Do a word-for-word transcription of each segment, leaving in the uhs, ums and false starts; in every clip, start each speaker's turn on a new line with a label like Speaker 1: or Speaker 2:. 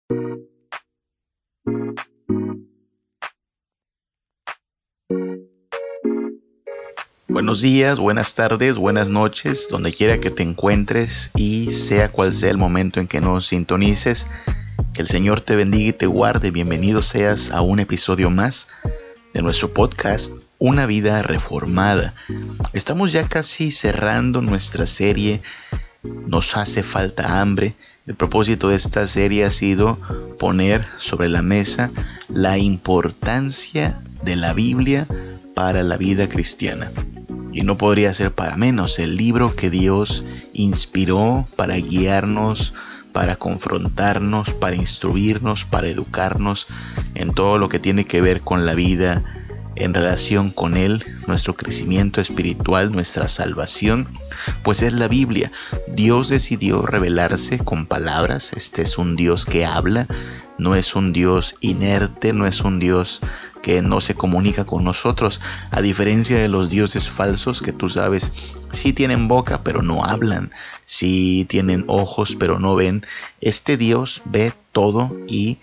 Speaker 1: Buenos días, buenas tardes, buenas noches, donde quiera que te encuentres y sea cual sea el momento en que nos sintonices, que el Señor te bendiga y te guarde. Bienvenido seas a un episodio más de nuestro podcast, Una Vida Reformada. Estamos ya casi cerrando nuestra serie, Nos hace falta hambre. El propósito de esta serie ha sido poner sobre la mesa la importancia de la Biblia para la vida cristiana. Y no podría ser para menos, el libro que Dios inspiró para guiarnos, para confrontarnos, para instruirnos, para educarnos en todo lo que tiene que ver con la vida en relación con Él, nuestro crecimiento espiritual, nuestra salvación, pues es la Biblia. Dios decidió revelarse con palabras. Este es un Dios que habla, no es un Dios inerte, no es un Dios que no se comunica con nosotros, a diferencia de los dioses falsos que tú sabes, sí tienen boca pero no hablan, sí tienen ojos pero no ven. Este Dios ve todo y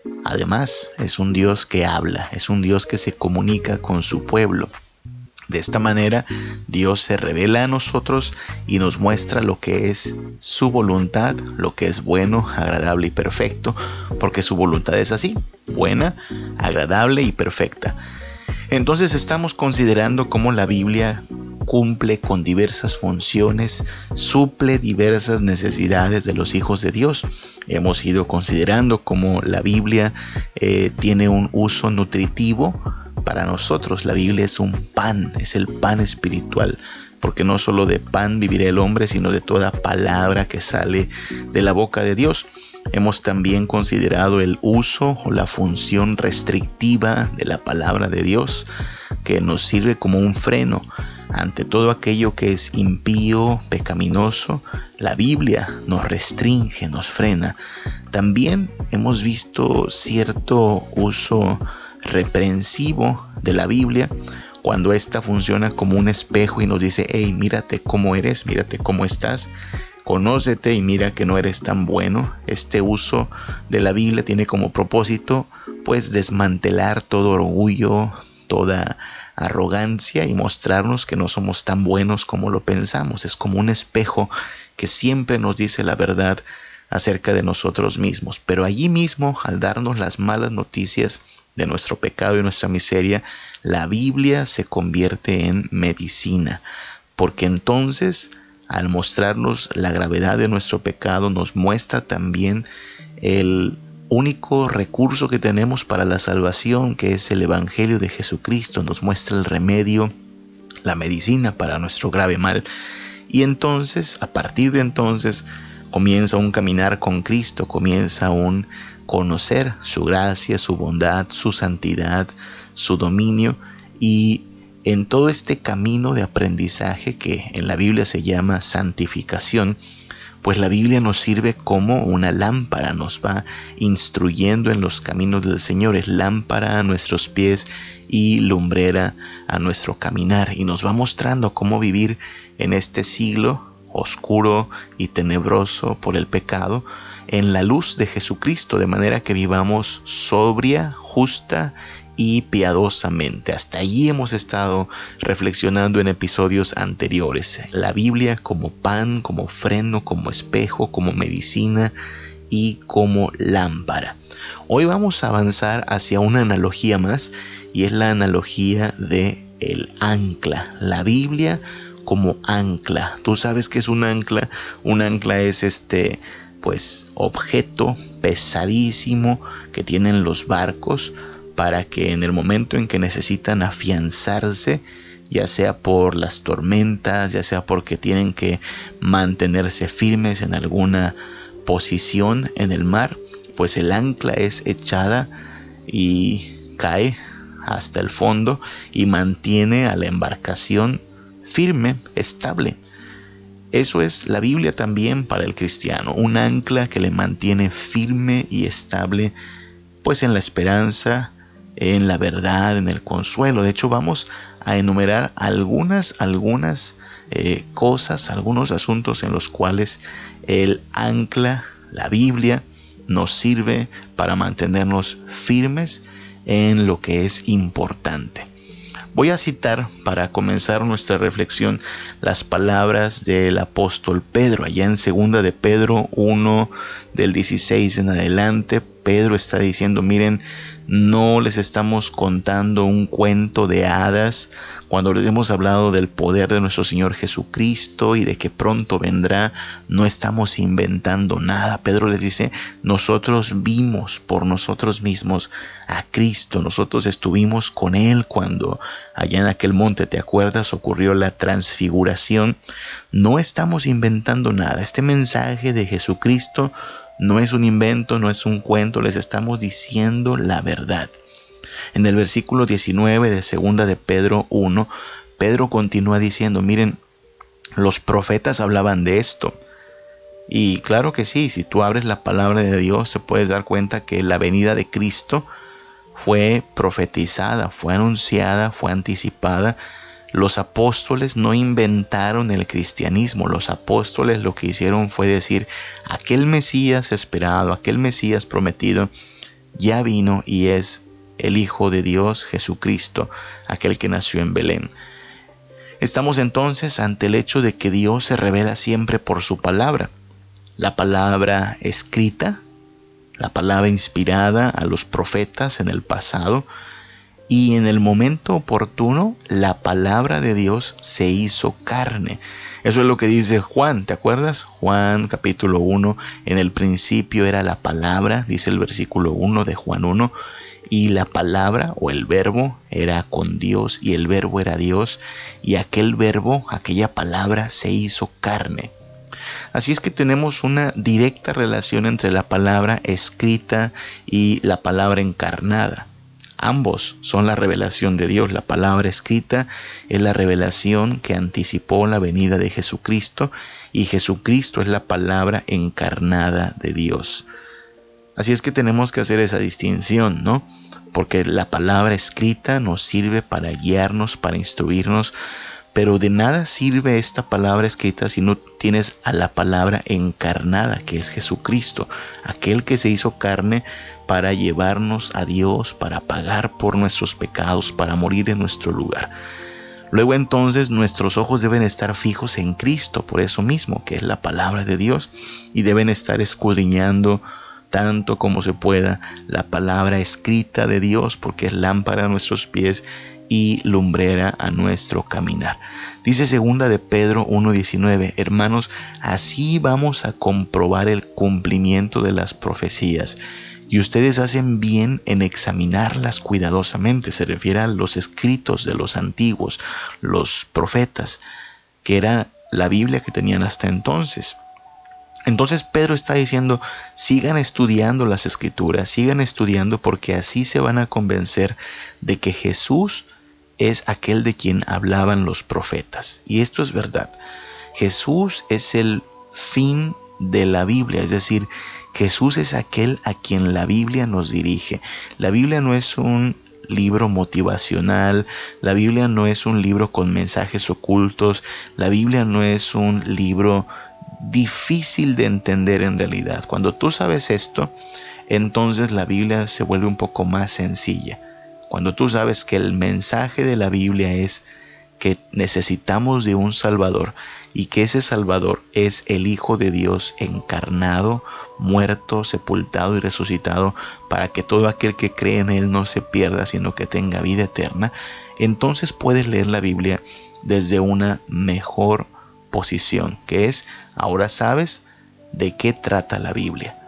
Speaker 1: además es un Dios que habla, es un Dios que se comunica con su pueblo. De esta manera, Dios se revela a nosotros y nos muestra lo que es su voluntad, lo que es bueno, agradable y perfecto, porque su voluntad es así, buena, agradable y perfecta. Entonces estamos considerando cómo la Biblia cumple con diversas funciones, suple diversas necesidades de los hijos de Dios. Hemos ido considerando cómo la Biblia eh, tiene un uso nutritivo para nosotros. La Biblia es un pan, es el pan espiritual, porque no solo de pan vivirá el hombre, sino de toda palabra que sale de la boca de Dios. Hemos también considerado el uso o la función restrictiva de la palabra de Dios, que nos sirve como un freno ante todo aquello que es impío, pecaminoso. La Biblia nos restringe, nos frena. También hemos visto cierto uso reprensivo de la Biblia, cuando ésta funciona como un espejo y nos dice: hey, mírate cómo eres, mírate cómo estás, conócete y mira que no eres tan bueno. Este uso de la Biblia tiene como propósito pues desmantelar todo orgullo, toda arrogancia y mostrarnos que no somos tan buenos como lo pensamos. Es como un espejo que siempre nos dice la verdad acerca de nosotros mismos, pero allí mismo, al darnos las malas noticias de nuestro pecado y nuestra miseria, la Biblia se convierte en medicina, porque entonces, al mostrarnos la gravedad de nuestro pecado, nos muestra también el único recurso que tenemos para la salvación, que es el Evangelio de Jesucristo. Nos muestra el remedio, la medicina para nuestro grave mal. Y entonces, a partir de entonces, comienza un caminar con Cristo, comienza un conocer su gracia, su bondad, su santidad, su dominio. Y en todo este camino de aprendizaje que en la Biblia se llama santificación, pues la Biblia nos sirve como una lámpara, nos va instruyendo en los caminos del Señor. Es lámpara a nuestros pies y lumbrera a nuestro caminar, y nos va mostrando cómo vivir en este siglo oscuro y tenebroso por el pecado, en la luz de Jesucristo, de manera que vivamos sobria, justa y piadosamente. Hasta allí hemos estado reflexionando en episodios anteriores. La Biblia como pan, como freno, como espejo, como medicina y como lámpara. Hoy vamos a avanzar hacia una analogía más, y es la analogía de el ancla. La Biblia como ancla. Tú sabes qué es un ancla. Un ancla es este pues objeto pesadísimo que tienen los barcos para que en el momento en que necesitan afianzarse, ya sea por las tormentas, ya sea porque tienen que mantenerse firmes en alguna posición en el mar, pues el ancla es echada y cae hasta el fondo y mantiene a la embarcación firme, estable. Eso es la Biblia también para el cristiano, un ancla que le mantiene firme y estable, pues en la esperanza, en la verdad, en el consuelo. De hecho, vamos a enumerar algunas, algunas eh, cosas, algunos asuntos en los cuales el ancla, la Biblia, nos sirve para mantenernos firmes en lo que es importante. Voy a citar para comenzar nuestra reflexión las palabras del apóstol Pedro. Allá en segunda de Pedro uno del dieciséis en adelante, Pedro está diciendo, miren, no les estamos contando un cuento de hadas cuando les hemos hablado del poder de nuestro Señor Jesucristo y de que pronto vendrá. No estamos inventando nada. Pedro les dice, nosotros vimos por nosotros mismos a Cristo. Nosotros estuvimos con Él cuando allá en aquel monte, ¿te acuerdas? Ocurrió la transfiguración. No estamos inventando nada. Este mensaje de Jesucristo no es un invento, no es un cuento, les estamos diciendo la verdad. En el versículo diecinueve de segunda de Pedro uno, Pedro continúa diciendo, miren, los profetas hablaban de esto. Y claro que sí, si tú abres la palabra de Dios, te puedes dar cuenta que la venida de Cristo fue profetizada, fue anunciada, fue anticipada. Los apóstoles no inventaron el cristianismo. Los apóstoles lo que hicieron fue decir, aquel Mesías esperado, aquel Mesías prometido, ya vino y es el Hijo de Dios, Jesucristo, aquel que nació en Belén. Estamos entonces ante el hecho de que Dios se revela siempre por su palabra. La palabra escrita, la palabra inspirada a los profetas en el pasado, y en el momento oportuno, la palabra de Dios se hizo carne. Eso es lo que dice Juan, ¿te acuerdas? Juan capítulo uno, en el principio era la palabra, dice el versículo uno de Juan uno, y la palabra o el verbo era con Dios y el verbo era Dios, y aquel verbo, aquella palabra se hizo carne. Así es que tenemos una directa relación entre la palabra escrita y la palabra encarnada. Ambos son la revelación de Dios. La palabra escrita es la revelación que anticipó la venida de Jesucristo y Jesucristo es la palabra encarnada de Dios. Así es que tenemos que hacer esa distinción, ¿no? Porque la palabra escrita nos sirve para guiarnos, para instruirnos, pero de nada sirve esta palabra escrita si no tienes a la palabra encarnada, que es Jesucristo, aquel que se hizo carne para llevarnos a Dios, para pagar por nuestros pecados, para morir en nuestro lugar. Luego entonces nuestros ojos deben estar fijos en Cristo, por eso mismo, que es la palabra de Dios, y deben estar escudriñando tanto como se pueda la palabra escrita de Dios, porque es lámpara a nuestros pies y lumbrera a nuestro caminar. Dice segunda de Pedro uno diecinueve, hermanos, así vamos a comprobar el cumplimiento de las profecías. Y ustedes hacen bien en examinarlas cuidadosamente. Se refiere a los escritos de los antiguos, los profetas, que era la Biblia que tenían hasta entonces. Entonces Pedro está diciendo, sigan estudiando las escrituras, sigan estudiando porque así se van a convencer de que Jesús es aquel de quien hablaban los profetas. Y esto es verdad. Jesús es el fin de la Biblia, es decir, Jesús es aquel a quien la Biblia nos dirige. La Biblia no es un libro motivacional, la Biblia no es un libro con mensajes ocultos, la Biblia no es un libro difícil de entender en realidad. Cuando tú sabes esto, entonces la Biblia se vuelve un poco más sencilla. Cuando tú sabes que el mensaje de la Biblia es que necesitamos de un Salvador y que ese Salvador es el Hijo de Dios encarnado, muerto, sepultado y resucitado para que todo aquel que cree en Él no se pierda, sino que tenga vida eterna, entonces puedes leer la Biblia desde una mejor posición, que es, ahora sabes de qué trata la Biblia.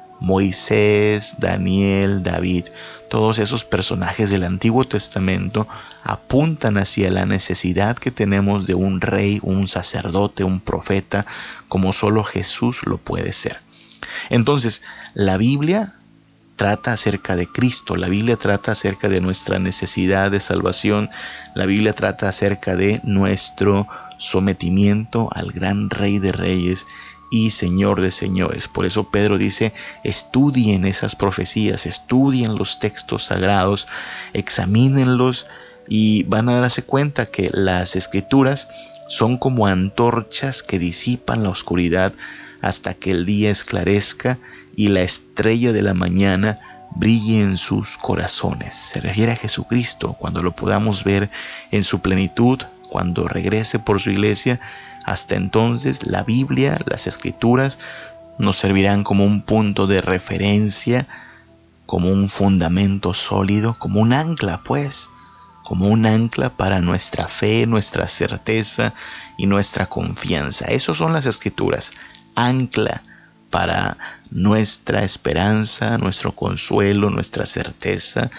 Speaker 1: Moisés, Daniel, David, todos esos personajes del Antiguo Testamento apuntan hacia la necesidad que tenemos de un rey, un sacerdote, un profeta, como solo Jesús lo puede ser. Entonces, la Biblia trata acerca de Cristo, la Biblia trata acerca de nuestra necesidad de salvación, la Biblia trata acerca de nuestro sometimiento al gran Rey de Reyes y Señor de señores. Por eso Pedro dice, estudien esas profecías, estudien los textos sagrados, examínenlos y van a darse cuenta que las escrituras son como antorchas que disipan la oscuridad hasta que el día esclarezca y la estrella de la mañana brille en sus corazones. Se refiere a Jesucristo, cuando lo podamos ver en su plenitud, cuando regrese por su iglesia. Hasta entonces la Biblia, las Escrituras, nos servirán como un punto de referencia, como un fundamento sólido, como un ancla, pues, como un ancla para nuestra fe, nuestra certeza y nuestra confianza. Esas son las Escrituras, ancla para nuestra esperanza, nuestro consuelo, nuestra certeza.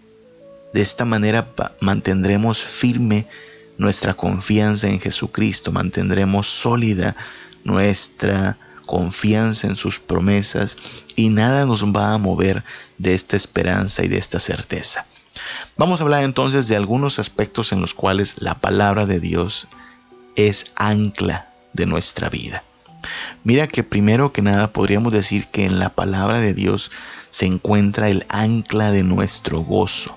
Speaker 1: De esta manera mantendremos firme nuestra confianza en Jesucristo, mantendremos sólida nuestra confianza en sus promesas y nada nos va a mover de esta esperanza y de esta certeza. Vamos a hablar entonces de algunos aspectos en los cuales la palabra de Dios es ancla de nuestra vida. Mira que primero que nada podríamos decir que en la palabra de Dios se encuentra el ancla de nuestro gozo.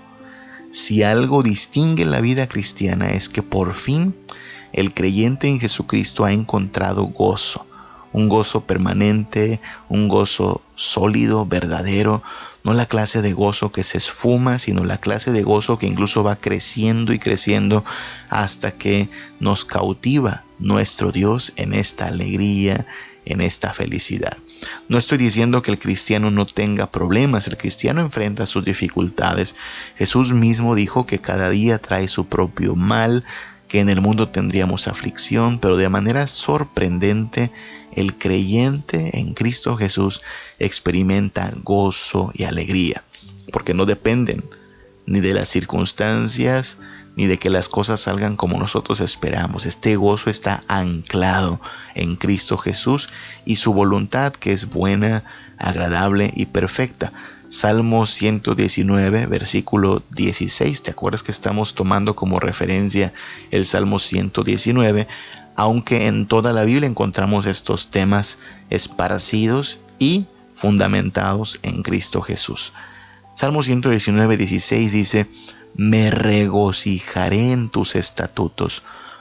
Speaker 1: Si algo distingue la vida cristiana es que por fin el creyente en Jesucristo ha encontrado gozo. Un gozo permanente, un gozo sólido, verdadero, no la clase de gozo que se esfuma, sino la clase de gozo que incluso va creciendo y creciendo hasta que nos cautiva nuestro Dios en esta alegría, en esta felicidad. No estoy diciendo que el cristiano no tenga problemas, el cristiano enfrenta sus dificultades. Jesús mismo dijo que cada día trae su propio mal, que en el mundo tendríamos aflicción, pero de manera sorprendente el creyente en Cristo Jesús experimenta gozo y alegría, porque no dependen ni de las circunstancias, ni de que las cosas salgan como nosotros esperamos. Este gozo está anclado en Cristo Jesús y su voluntad, que es buena, agradable y perfecta. Salmo ciento diecinueve, versículo dieciséis. ¿Te acuerdas que estamos tomando como referencia el Salmo ciento diecinueve? Aunque en toda la Biblia encontramos estos temas esparcidos y fundamentados en Cristo Jesús. Salmo ciento diecinueve, dieciséis dice: me regocijaré en tus estatutos,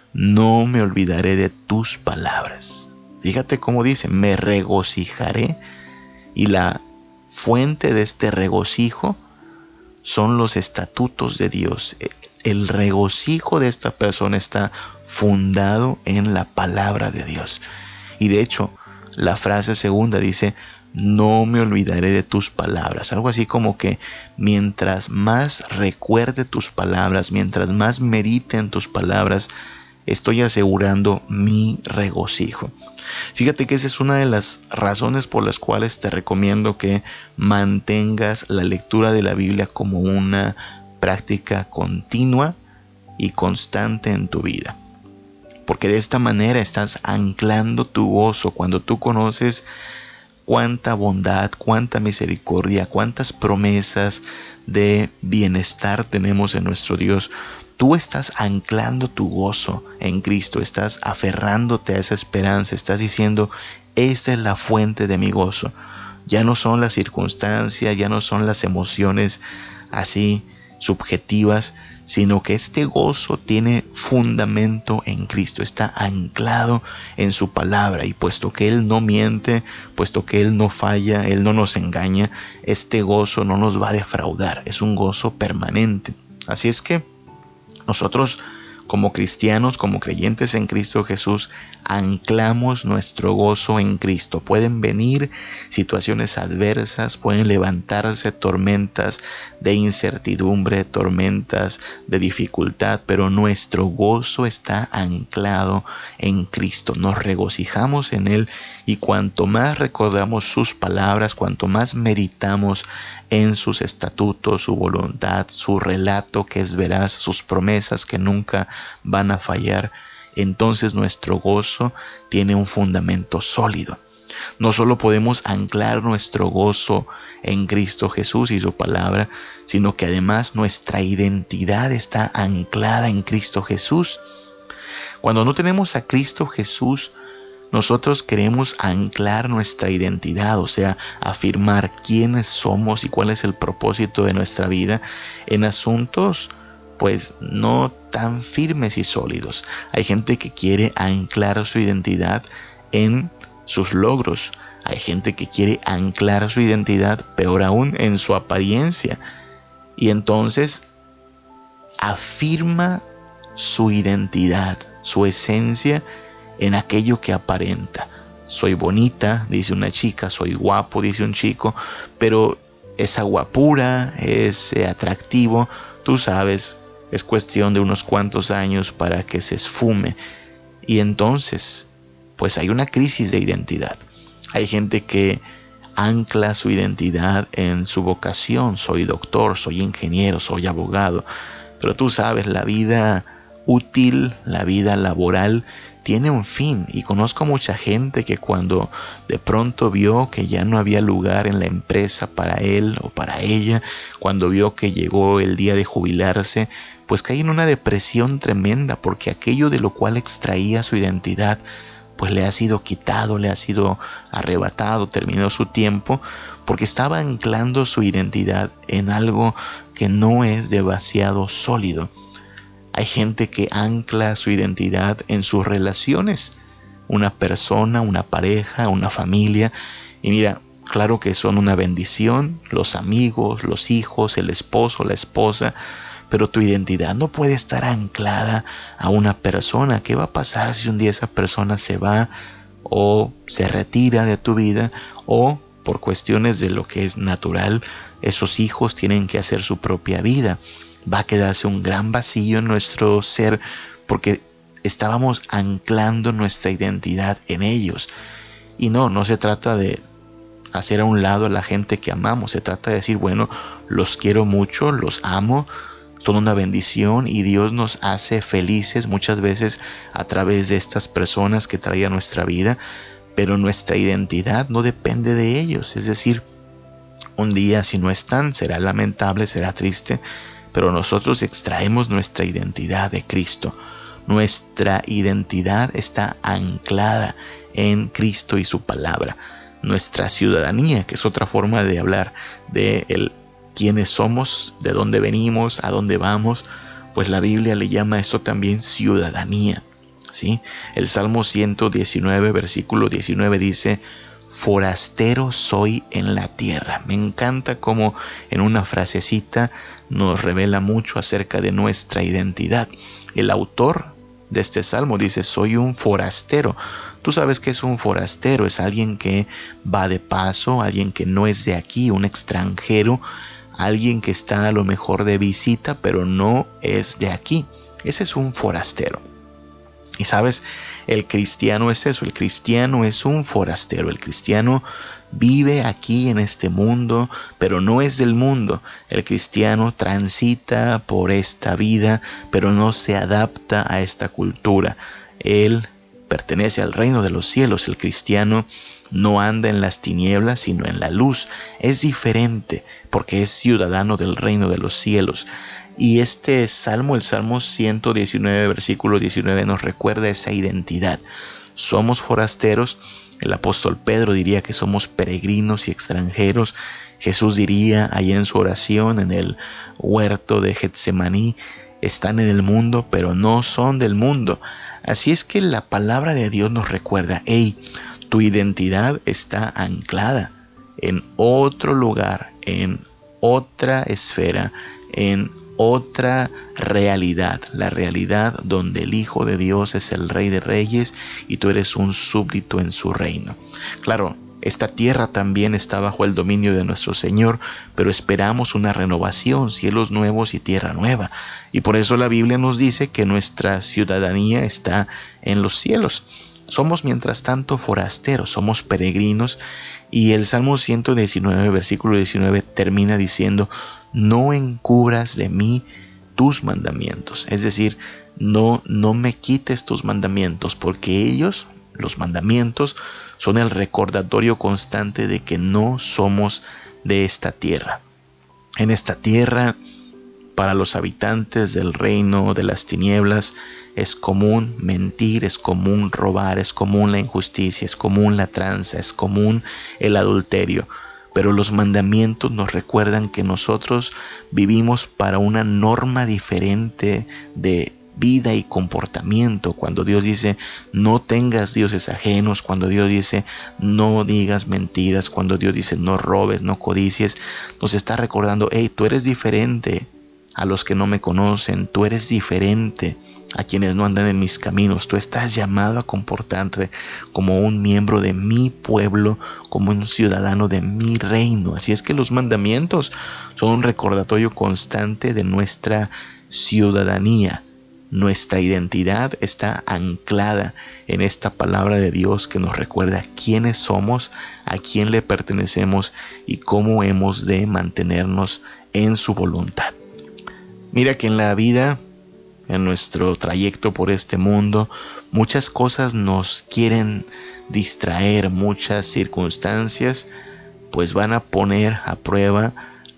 Speaker 1: no me olvidaré de tus palabras. Fíjate cómo dice, me regocijaré, y la fuente de este regocijo son los estatutos de Dios. El regocijo de esta persona está fundado en la palabra de Dios. Y de hecho, la frase segunda dice: no me olvidaré de tus palabras. Algo así como que mientras más recuerde tus palabras, mientras más medite en tus palabras, estoy asegurando mi regocijo. Fíjate que esa es una de las razones por las cuales te recomiendo que mantengas la lectura de la Biblia como una práctica continua y constante en tu vida. Porque de esta manera estás anclando tu gozo cuando tú conoces cuánta bondad, cuánta misericordia, cuántas promesas de bienestar tenemos en nuestro Dios. Tú estás anclando tu gozo en Cristo, estás aferrándote a esa esperanza, estás diciendo: esta es la fuente de mi gozo. Ya no son las circunstancias, ya no son las emociones así subjetivas, sino que este gozo tiene fundamento en Cristo, está anclado en su palabra, y puesto que Él no miente, puesto que Él no falla, Él no nos engaña, este gozo no nos va a defraudar, es un gozo permanente. Así es que nosotros, como cristianos, como creyentes en Cristo Jesús, anclamos nuestro gozo en Cristo. Pueden venir situaciones adversas, pueden levantarse tormentas de incertidumbre, tormentas de dificultad, pero nuestro gozo está anclado en Cristo. Nos regocijamos en Él, y cuanto más recordamos sus palabras, cuanto más meditamos en sus estatutos, su voluntad, su relato que es veraz, sus promesas que nunca van a fallar, entonces nuestro gozo tiene un fundamento sólido. No solo podemos anclar nuestro gozo en Cristo Jesús y su palabra, sino que además nuestra identidad está anclada en Cristo Jesús. Cuando no tenemos a Cristo Jesús, nosotros queremos anclar nuestra identidad, o sea, afirmar quiénes somos y cuál es el propósito de nuestra vida en asuntos pues no tan firmes y sólidos. Hay gente que quiere anclar su identidad en sus logros. Hay gente que quiere anclar su identidad, peor aún, en su apariencia. Y entonces afirma su identidad, su esencia en aquello que aparenta. Soy bonita, dice una chica, soy guapo, dice un chico, pero esa guapura, ese atractivo, tú sabes, es cuestión de unos cuantos años para que se esfume. Y entonces, pues hay una crisis de identidad. Hay gente que ancla su identidad en su vocación. Soy doctor, soy ingeniero, soy abogado. Pero tú sabes, la vida útil, la vida laboral tiene un fin. Y conozco mucha gente que cuando de pronto vio que ya no había lugar en la empresa para él o para ella, cuando vio que llegó el día de jubilarse, pues cae en una depresión tremenda, porque aquello de lo cual extraía su identidad pues le ha sido quitado, le ha sido arrebatado, terminó su tiempo, porque estaba anclando su identidad en algo que no es demasiado sólido. Hay gente que ancla su identidad en sus relaciones, una persona, una pareja, una familia, y mira, claro que son una bendición, los amigos, los hijos, el esposo, la esposa, pero tu identidad no puede estar anclada a una persona. ¿Qué va a pasar si un día esa persona se va o se retira de tu vida, o por cuestiones de lo que es natural, esos hijos tienen que hacer su propia vida? Va a quedarse un gran vacío en nuestro ser porque estábamos anclando nuestra identidad en ellos. Y no, no se trata de hacer a un lado a la gente que amamos. Se trata de decir, bueno, los quiero mucho, los amo, son una bendición y Dios nos hace felices muchas veces a través de estas personas que trae a nuestra vida, pero nuestra identidad no depende de ellos. Es decir, un día si no están, será lamentable, será triste, pero nosotros extraemos nuestra identidad de Cristo. Nuestra identidad está anclada en Cristo y su palabra. Nuestra ciudadanía, que es otra forma de hablar de el quiénes somos, de dónde venimos, a dónde vamos, pues la Biblia le llama eso también ciudadanía, ¿sí? El Salmo ciento diecinueve, versículo diecinueve dice: forastero soy en la tierra. Me encanta cómo en una frasecita nos revela mucho acerca de nuestra identidad. El autor de este salmo dice: soy un forastero. Tú sabes que es un forastero, es alguien que va de paso, alguien que no es de aquí, un extranjero, alguien que está a lo mejor de visita, pero no es de aquí. Ese es un forastero. Y sabes, el cristiano es eso, el cristiano es un forastero, el cristiano vive aquí en este mundo, pero no es del mundo. El cristiano transita por esta vida, pero no se adapta a esta cultura. Él pertenece al reino de los cielos. El cristiano no anda en las tinieblas, sino en la luz. Es diferente porque es ciudadano del reino de los cielos. Y este salmo, el Salmo ciento diecinueve, versículo diecinueve, nos recuerda esa identidad. Somos forasteros. El apóstol Pedro diría que somos peregrinos y extranjeros. Jesús diría allá en su oración en el huerto de Getsemaní: están en el mundo, pero no son del mundo. Así es que la palabra de Dios nos recuerda: hey, tu identidad está anclada en otro lugar, en otra esfera, en otra realidad, la realidad donde el Hijo de Dios es el Rey de Reyes y tú eres un súbdito en su reino. Claro, esta tierra también está bajo el dominio de nuestro Señor, pero esperamos una renovación, cielos nuevos y tierra nueva. Y por eso la Biblia nos dice que nuestra ciudadanía está en los cielos. Somos mientras tanto forasteros, somos peregrinos. Y el Salmo ciento diecinueve, versículo diecinueve termina diciendo: no encubras de mí tus mandamientos. Es decir, no, no me quites tus mandamientos, porque ellos, los mandamientos, son el recordatorio constante de que no somos de esta tierra. En esta tierra, para los habitantes del reino de las tinieblas, es común mentir, es común robar, es común la injusticia, es común la tranza, es común el adulterio. Pero los mandamientos nos recuerdan que nosotros vivimos para una norma diferente de vida y comportamiento. Cuando Dios dice no tengas dioses ajenos, cuando Dios dice no digas mentiras, cuando Dios dice no robes, no codicies, nos está recordando, hey, tú eres diferente a los que no me conocen, tú eres diferente a quienes no andan en mis caminos, tú estás llamado a comportarte como un miembro de mi pueblo, como un ciudadano de mi reino. Así es que los mandamientos son un recordatorio constante de nuestra ciudadanía. Nuestra identidad está anclada en esta palabra de Dios que nos recuerda quiénes somos, a quién le pertenecemos y cómo hemos de mantenernos en su voluntad. Mira que en la vida, en nuestro trayecto por este mundo, muchas cosas nos quieren distraer, muchas circunstancias pues van a poner a prueba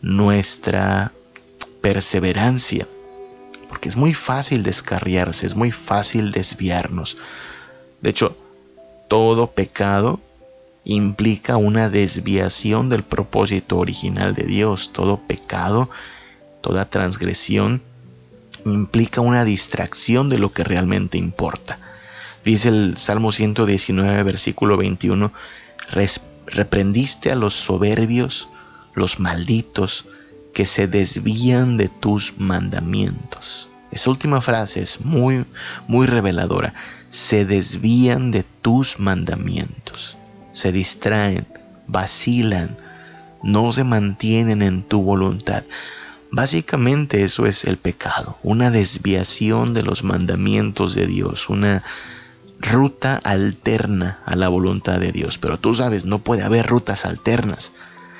Speaker 1: nuestra perseverancia. Porque es muy fácil descarriarse, es muy fácil desviarnos. De hecho, todo pecado implica una desviación del propósito original de Dios. Todo pecado, toda transgresión implica una distracción de lo que realmente importa. Dice el Salmo ciento diecinueve, versículo veintiuno, reprendiste a los soberbios, los malditos, que se desvían de tus mandamientos. Esa última frase es muy, muy reveladora. Se desvían de tus mandamientos. Se distraen, vacilan, no se mantienen en tu voluntad. Básicamente eso es el pecado, una desviación de los mandamientos de Dios, una ruta alterna a la voluntad de Dios. Pero tú sabes, no puede haber rutas alternas.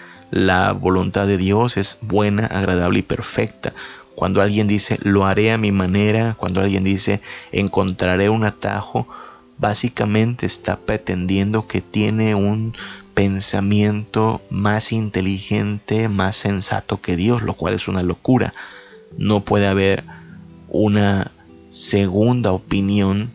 Speaker 1: La voluntad de Dios es buena, agradable y perfecta. Cuando alguien dice, lo haré a mi manera, cuando alguien dice, encontraré un atajo, básicamente está pretendiendo que tiene un pensamiento más inteligente, más sensato que Dios, lo cual es una locura. No puede haber una segunda opinión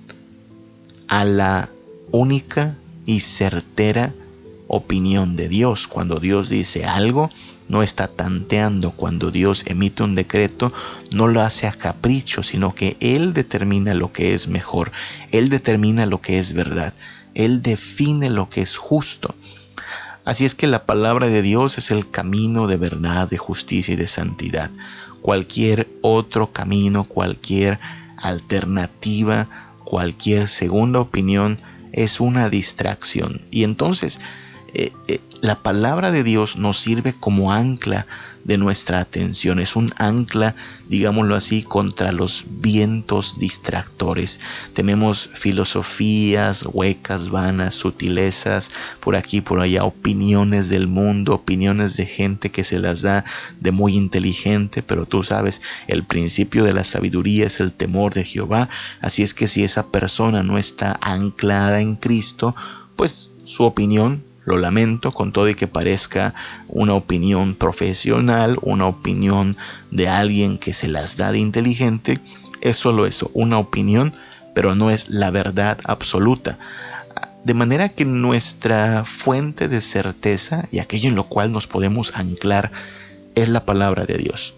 Speaker 1: a la única y certera opinión de Dios. Cuando Dios dice algo, no está tanteando. Cuando Dios emite un decreto, no lo hace a capricho, sino que Él determina lo que es mejor. Él determina lo que es verdad. Él define lo que es justo. Así es que la palabra de Dios es el camino de verdad, de justicia y de santidad. Cualquier otro camino, cualquier alternativa, cualquier segunda opinión es una distracción. Y entonces Eh, eh, la palabra de Dios nos sirve como ancla de nuestra atención. Es un ancla, digámoslo así, contra los vientos distractores. Tenemos filosofías huecas, vanas, sutilezas, por aquí, por allá, opiniones del mundo, opiniones de gente que se las da de muy inteligente, pero tú sabes, el principio de la sabiduría es el temor de Jehová. Así es que si esa persona no está anclada en Cristo, pues su opinión, lo lamento, con todo y que parezca una opinión profesional, una opinión de alguien que se las da de inteligente, es solo eso, una opinión, pero no es la verdad absoluta. De manera que nuestra fuente de certeza y aquello en lo cual nos podemos anclar es la palabra de Dios.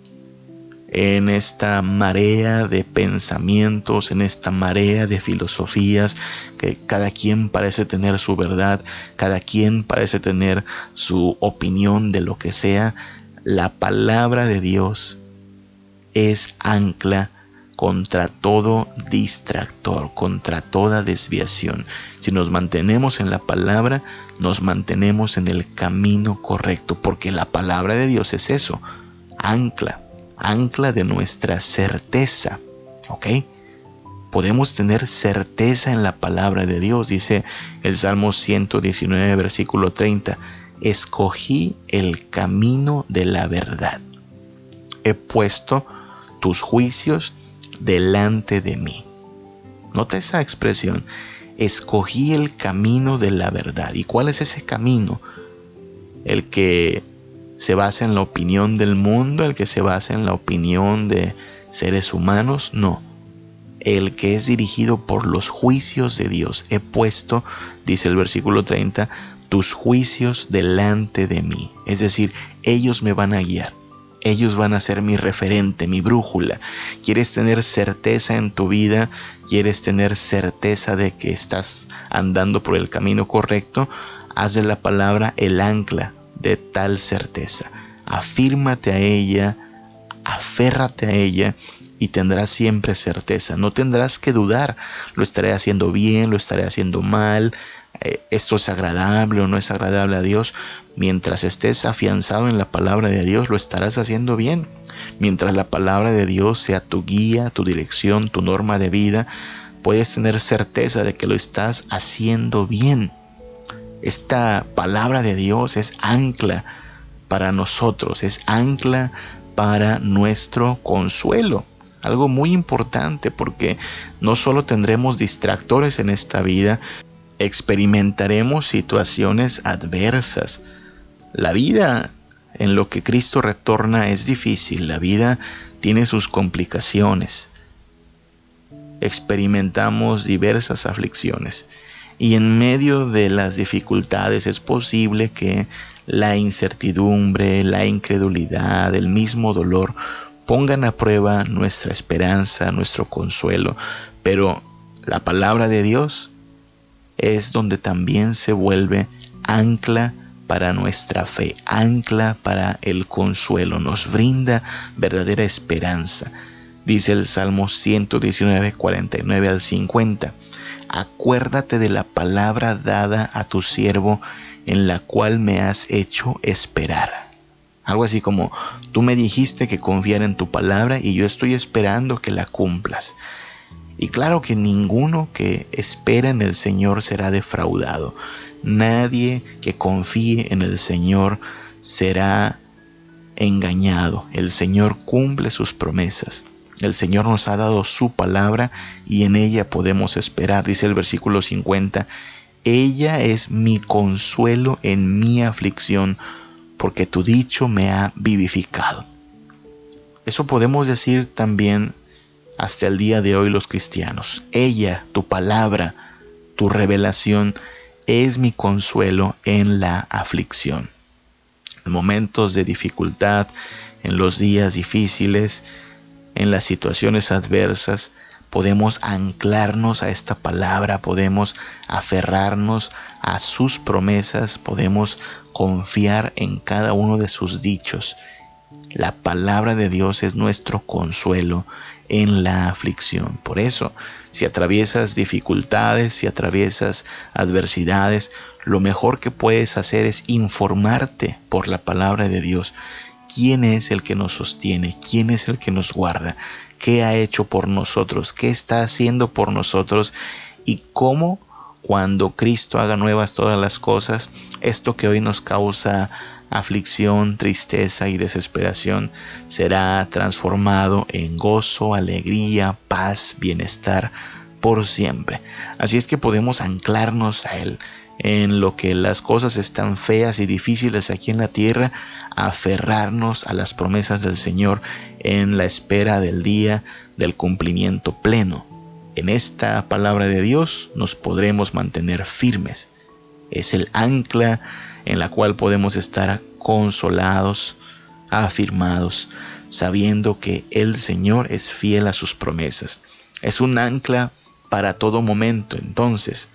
Speaker 1: En esta marea de pensamientos, en esta marea de filosofías, que cada quien parece tener su verdad, cada quien parece tener su opinión de lo que sea, la palabra de Dios es ancla contra todo distractor, contra toda desviación. Si nos mantenemos en la palabra, nos mantenemos en el camino correcto, porque la palabra de Dios es eso, ancla. Ancla de nuestra certeza, ¿ok? Podemos tener certeza en la palabra de Dios. Dice el Salmo ciento diecinueve, versículo treinta, escogí el camino de la verdad. He puesto tus juicios delante de mí. Nota esa expresión, escogí el camino de la verdad. ¿Y cuál es ese camino? El que se basa en la opinión del mundo, el que se basa en la opinión de seres humanos, no. El que es dirigido por los juicios de Dios. He puesto, dice el versículo treinta, tus juicios delante de mí. Es decir, ellos me van a guiar. Ellos van a ser mi referente, mi brújula. ¿Quieres tener certeza en tu vida? ¿Quieres tener certeza de que estás andando por el camino correcto? Haz de la palabra el ancla de tal certeza. Afírmate a ella, aférrate a ella y tendrás siempre certeza. No tendrás que dudar, lo estaré haciendo bien, lo estaré haciendo mal, eh, esto es agradable o no es agradable a Dios. Mientras estés afianzado en la palabra de Dios, lo estarás haciendo bien. Mientras la palabra de Dios sea tu guía, tu dirección, tu norma de vida, puedes tener certeza de que lo estás haciendo bien. Esta palabra de Dios es ancla para nosotros, es ancla para nuestro consuelo. Algo muy importante, porque no solo tendremos distractores en esta vida, experimentaremos situaciones adversas. La vida en lo que Cristo retorna es difícil, la vida tiene sus complicaciones. Experimentamos diversas aflicciones y en medio de las dificultades es posible que la incertidumbre, la incredulidad, el mismo dolor pongan a prueba nuestra esperanza, nuestro consuelo. Pero la palabra de Dios es donde también se vuelve ancla para nuestra fe, ancla para el consuelo, nos brinda verdadera esperanza. Dice el Salmo ciento diecinueve, cuarenta y nueve al cincuenta. Acuérdate de la palabra dada a tu siervo, en la cual me has hecho esperar. Algo así como, tú me dijiste que confiara en tu palabra y yo estoy esperando que la cumplas. Y claro que ninguno que espera en el Señor será defraudado. Nadie que confíe en el Señor será engañado. El Señor cumple sus promesas. El Señor nos ha dado su palabra y en ella podemos esperar. Dice el versículo cincuenta, ella es mi consuelo en mi aflicción, porque tu dicho me ha vivificado. Eso podemos decir también hasta el día de hoy los cristianos. Ella, tu palabra, tu revelación, es mi consuelo en la aflicción. En momentos de dificultad, en los días difíciles, en las situaciones adversas, podemos anclarnos a esta palabra, podemos aferrarnos a sus promesas, podemos confiar en cada uno de sus dichos. La palabra de Dios es nuestro consuelo en la aflicción. Por eso, si atraviesas dificultades, si atraviesas adversidades, lo mejor que puedes hacer es informarte por la palabra de Dios. ¿Quién es el que nos sostiene? ¿Quién es el que nos guarda? ¿Qué ha hecho por nosotros? ¿Qué está haciendo por nosotros? Y cómo, cuando Cristo haga nuevas todas las cosas, esto que hoy nos causa aflicción, tristeza y desesperación será transformado en gozo, alegría, paz, bienestar por siempre. Así es que podemos anclarnos a Él. En lo que las cosas están feas y difíciles aquí en la tierra, aferrarnos a las promesas del Señor en la espera del día del cumplimiento pleno. En esta palabra de Dios nos podremos mantener firmes. Es el ancla en la cual podemos estar consolados, afirmados, sabiendo que el Señor es fiel a sus promesas. Es un ancla para todo momento. Entonces,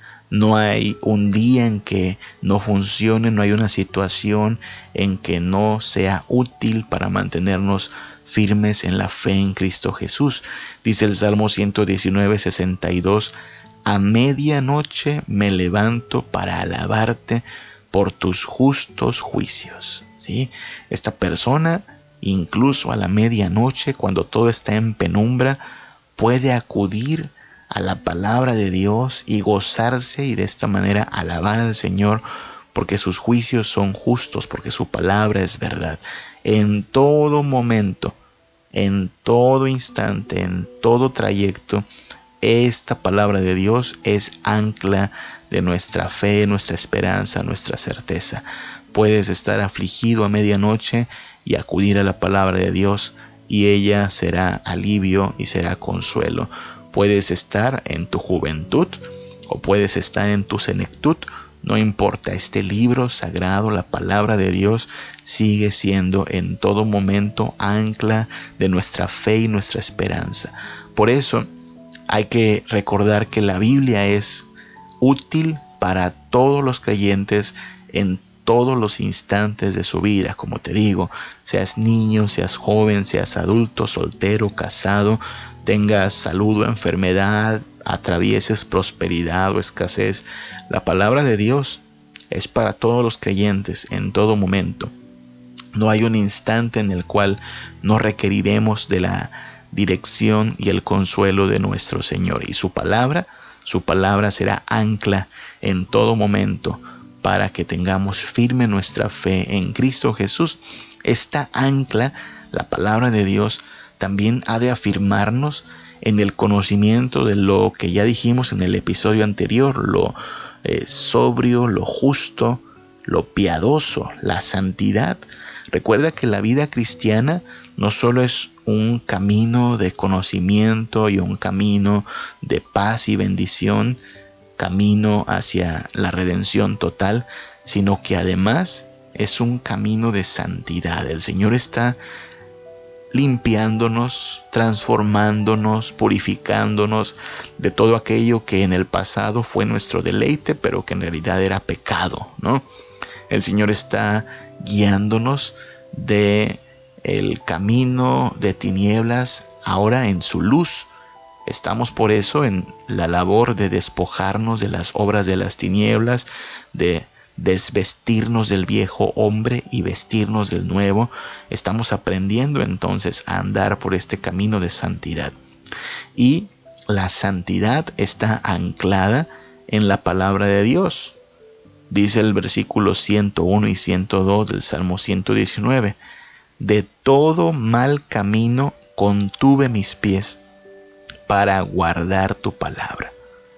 Speaker 1: no hay un día en que no funcione, no hay una situación en que no sea útil para mantenernos firmes en la fe en Cristo Jesús. Dice el Salmo ciento diecinueve, sesenta y dos, a medianoche me levanto para alabarte por tus justos juicios. ¿Sí? Esta persona, incluso a la medianoche, cuando todo está en penumbra, puede acudir a la palabra de Dios y gozarse y de esta manera alabar al Señor, porque sus juicios son justos, porque su palabra es verdad. En todo momento, en todo instante, en todo trayecto, esta palabra de Dios es ancla de nuestra fe, nuestra esperanza, nuestra certeza. Puedes estar afligido a medianoche y acudir a la palabra de Dios y ella será alivio y será consuelo. Puedes estar en tu juventud o puedes estar en tu senectud, No importa, este libro sagrado, la palabra de Dios, sigue siendo en todo momento ancla de nuestra fe y nuestra esperanza. Por eso hay que recordar que la Biblia es útil para todos los creyentes en todos los instantes de su vida. Como te digo, seas niño, seas joven, seas adulto, soltero, casado, tengas salud o enfermedad, atravieses prosperidad o escasez, la palabra de Dios es para todos los creyentes en todo momento. No hay un instante en el cual no requeriremos de la dirección y el consuelo de nuestro Señor. Y su palabra, su palabra será ancla en todo momento para que tengamos firme nuestra fe en Cristo Jesús. Esta ancla, la palabra de Dios, también ha de afirmarnos en el conocimiento de lo que ya dijimos en el episodio anterior, lo eh, sobrio, lo justo, lo piadoso, la santidad. Recuerda que la vida cristiana no solo es un camino de conocimiento y un camino de paz y bendición, camino hacia la redención total, sino que además es un camino de santidad. El Señor está limpiándonos, transformándonos, purificándonos de todo aquello que en el pasado fue nuestro deleite, pero que en realidad era pecado, ¿no? El Señor está guiándonos de el camino de tinieblas ahora en su luz. Estamos por eso en la labor de despojarnos de las obras de las tinieblas, de desvestirnos del viejo hombre y vestirnos del nuevo. Estamos aprendiendo entonces a andar por este camino de santidad. Y la santidad está anclada en la palabra de Dios. Dice el versículo ciento uno y ciento dos del Salmo ciento diecinueve: de todo mal camino contuve mis pies para guardar tu palabra.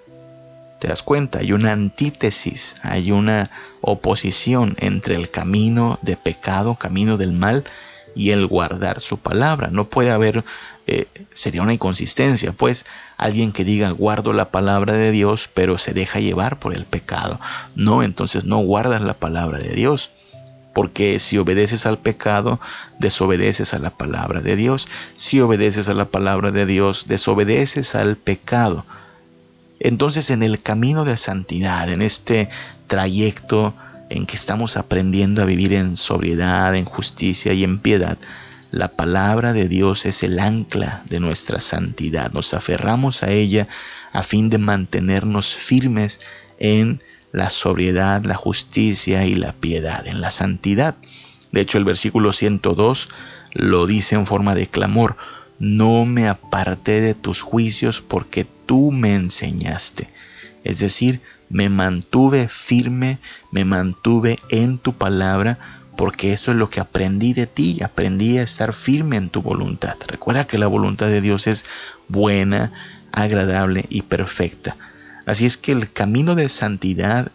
Speaker 1: ¿Te das cuenta? Hay una antítesis, hay una oposición entre el camino de pecado, camino del mal, y el guardar su palabra. No puede haber, eh, sería una inconsistencia, pues, alguien que diga guardo la palabra de Dios, pero se deja llevar por el pecado. No, entonces no guardas la palabra de Dios. Porque si obedeces al pecado, desobedeces a la palabra de Dios. Si obedeces a la palabra de Dios, desobedeces al pecado. Entonces, en el camino de santidad, en este trayecto en que estamos aprendiendo a vivir en sobriedad, en justicia y en piedad, la palabra de Dios es el ancla de nuestra santidad. Nos aferramos a ella a fin de mantenernos firmes en la sobriedad, la justicia y la piedad, en la santidad. De hecho, el versículo ciento dos lo dice en forma de clamor: no me aparté de tus juicios porque tú me enseñaste. Es decir, me mantuve firme, me mantuve en tu palabra, porque eso es lo que aprendí de ti. Aprendí a estar firme en tu voluntad. Recuerda que la voluntad de Dios es buena, agradable y perfecta. Así es que el camino de santidad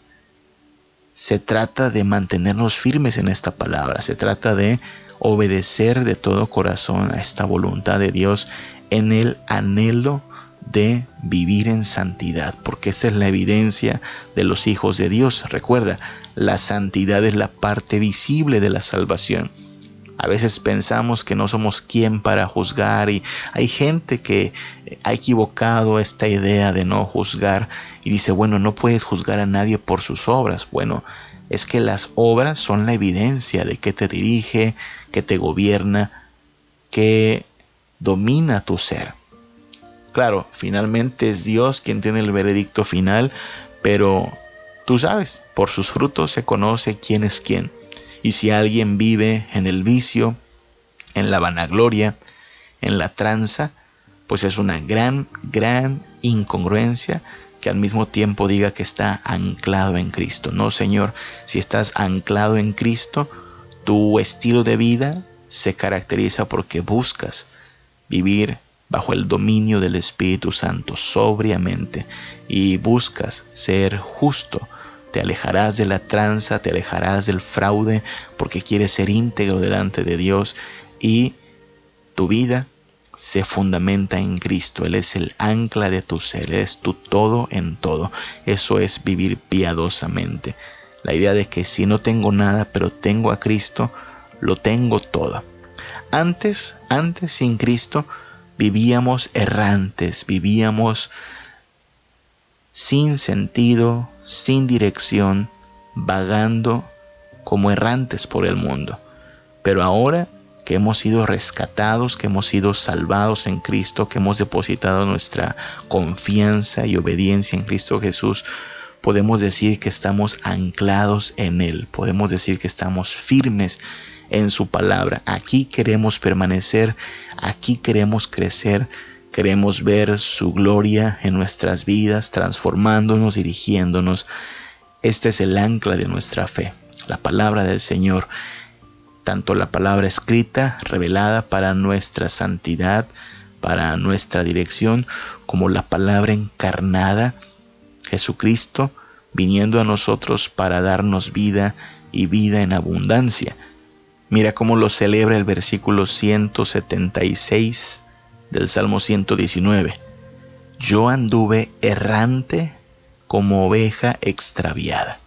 Speaker 1: se trata de mantenernos firmes en esta palabra. Se trata de obedecer de todo corazón a esta voluntad de Dios en el anhelo de vivir en santidad, porque esta es la evidencia de los hijos de Dios. Recuerda, la santidad es la parte visible de la salvación. A veces pensamos que no somos quien para juzgar, y hay gente que ha equivocado esta idea de no juzgar y dice, bueno, no puedes juzgar a nadie por sus obras. Bueno, es que las obras son la evidencia de que te dirige, que te gobierna, que domina tu ser. Claro, finalmente es Dios quien tiene el veredicto final, pero tú sabes, por sus frutos se conoce quién es quién. Y si alguien vive en el vicio, en la vanagloria, en la tranza, pues es una gran, gran incongruencia que al mismo tiempo diga que está anclado en Cristo. No, Señor, si estás anclado en Cristo, tu estilo de vida se caracteriza porque buscas vivir bajo el dominio del Espíritu Santo, sobriamente, y buscas ser justo. Te alejarás de la tranza, te alejarás del fraude, porque quieres ser íntegro delante de Dios, y tu vida se fundamenta en Cristo. Él es el ancla de tu ser, Él es tu todo en todo. Eso es vivir piadosamente. La idea de que si no tengo nada, pero tengo a Cristo, lo tengo todo. Antes, antes sin Cristo, vivíamos errantes, vivíamos sin sentido, sin dirección, vagando como errantes por el mundo. Pero ahora que hemos sido rescatados, que hemos sido salvados en Cristo, que hemos depositado nuestra confianza y obediencia en Cristo Jesús, podemos decir que estamos anclados en Él, podemos decir que estamos firmes en su palabra. Aquí queremos permanecer, aquí queremos crecer, queremos ver su gloria en nuestras vidas, transformándonos, dirigiéndonos. Este es el ancla de nuestra fe, la palabra del Señor, tanto la palabra escrita, revelada para nuestra santidad, para nuestra dirección, como la palabra encarnada, Jesucristo, viniendo a nosotros para darnos vida y vida en abundancia. Mira cómo lo celebra el versículo ciento setenta y seis del Salmo ciento diecinueve. Yo anduve errante como oveja extraviada.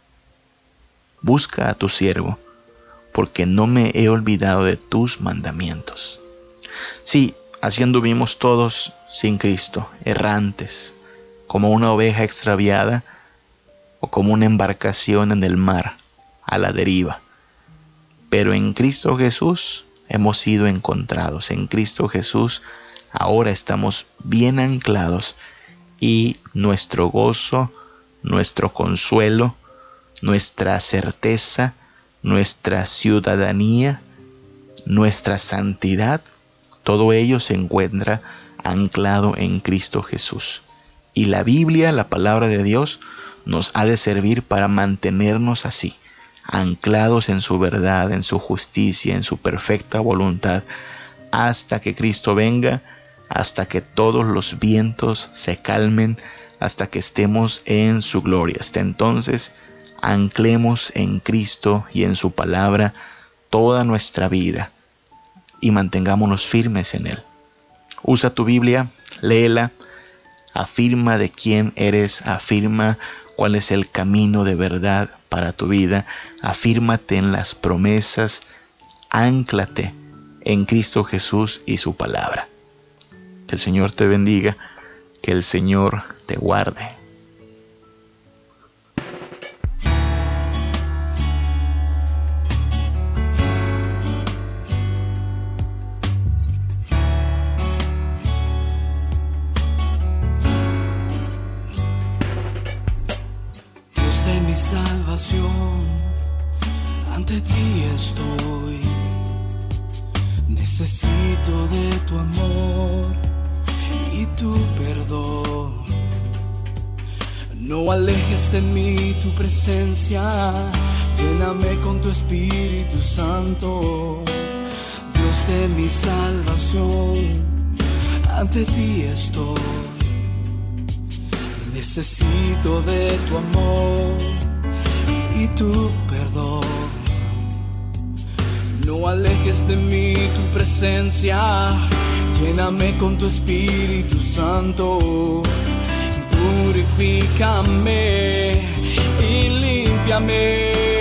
Speaker 1: Busca a tu siervo, porque no me he olvidado de tus mandamientos. Sí, así anduvimos todos sin Cristo, errantes, como una oveja extraviada o como una embarcación en el mar, a la deriva. Pero en Cristo Jesús hemos sido encontrados. En Cristo Jesús ahora estamos bien anclados y nuestro gozo, nuestro consuelo, nuestra certeza, nuestra ciudadanía, nuestra santidad, todo ello se encuentra anclado en Cristo Jesús. Y la Biblia, la palabra de Dios, nos ha de servir para mantenernos así, anclados en su verdad, en su justicia, en su perfecta voluntad, hasta que Cristo venga, hasta que todos los vientos se calmen, hasta que estemos en su gloria. Hasta entonces, anclemos en Cristo y en su palabra toda nuestra vida y mantengámonos firmes en Él. Usa tu Biblia, léela, afirma de quién eres, afirma cuál es el camino de verdad para tu vida, afírmate en las promesas, ánclate en Cristo Jesús y su palabra. Que el Señor te bendiga, que el Señor te guarde.
Speaker 2: Salvación, ante ti estoy, necesito de tu amor y tu perdón. No alejes de mí tu presencia, lléname con tu Espíritu Santo. Dios de mi salvación, ante ti estoy, necesito de tu amor y tu perdón. No alejes de mí tu presencia, lléname con tu Espíritu Santo. Purifícame y límpiame.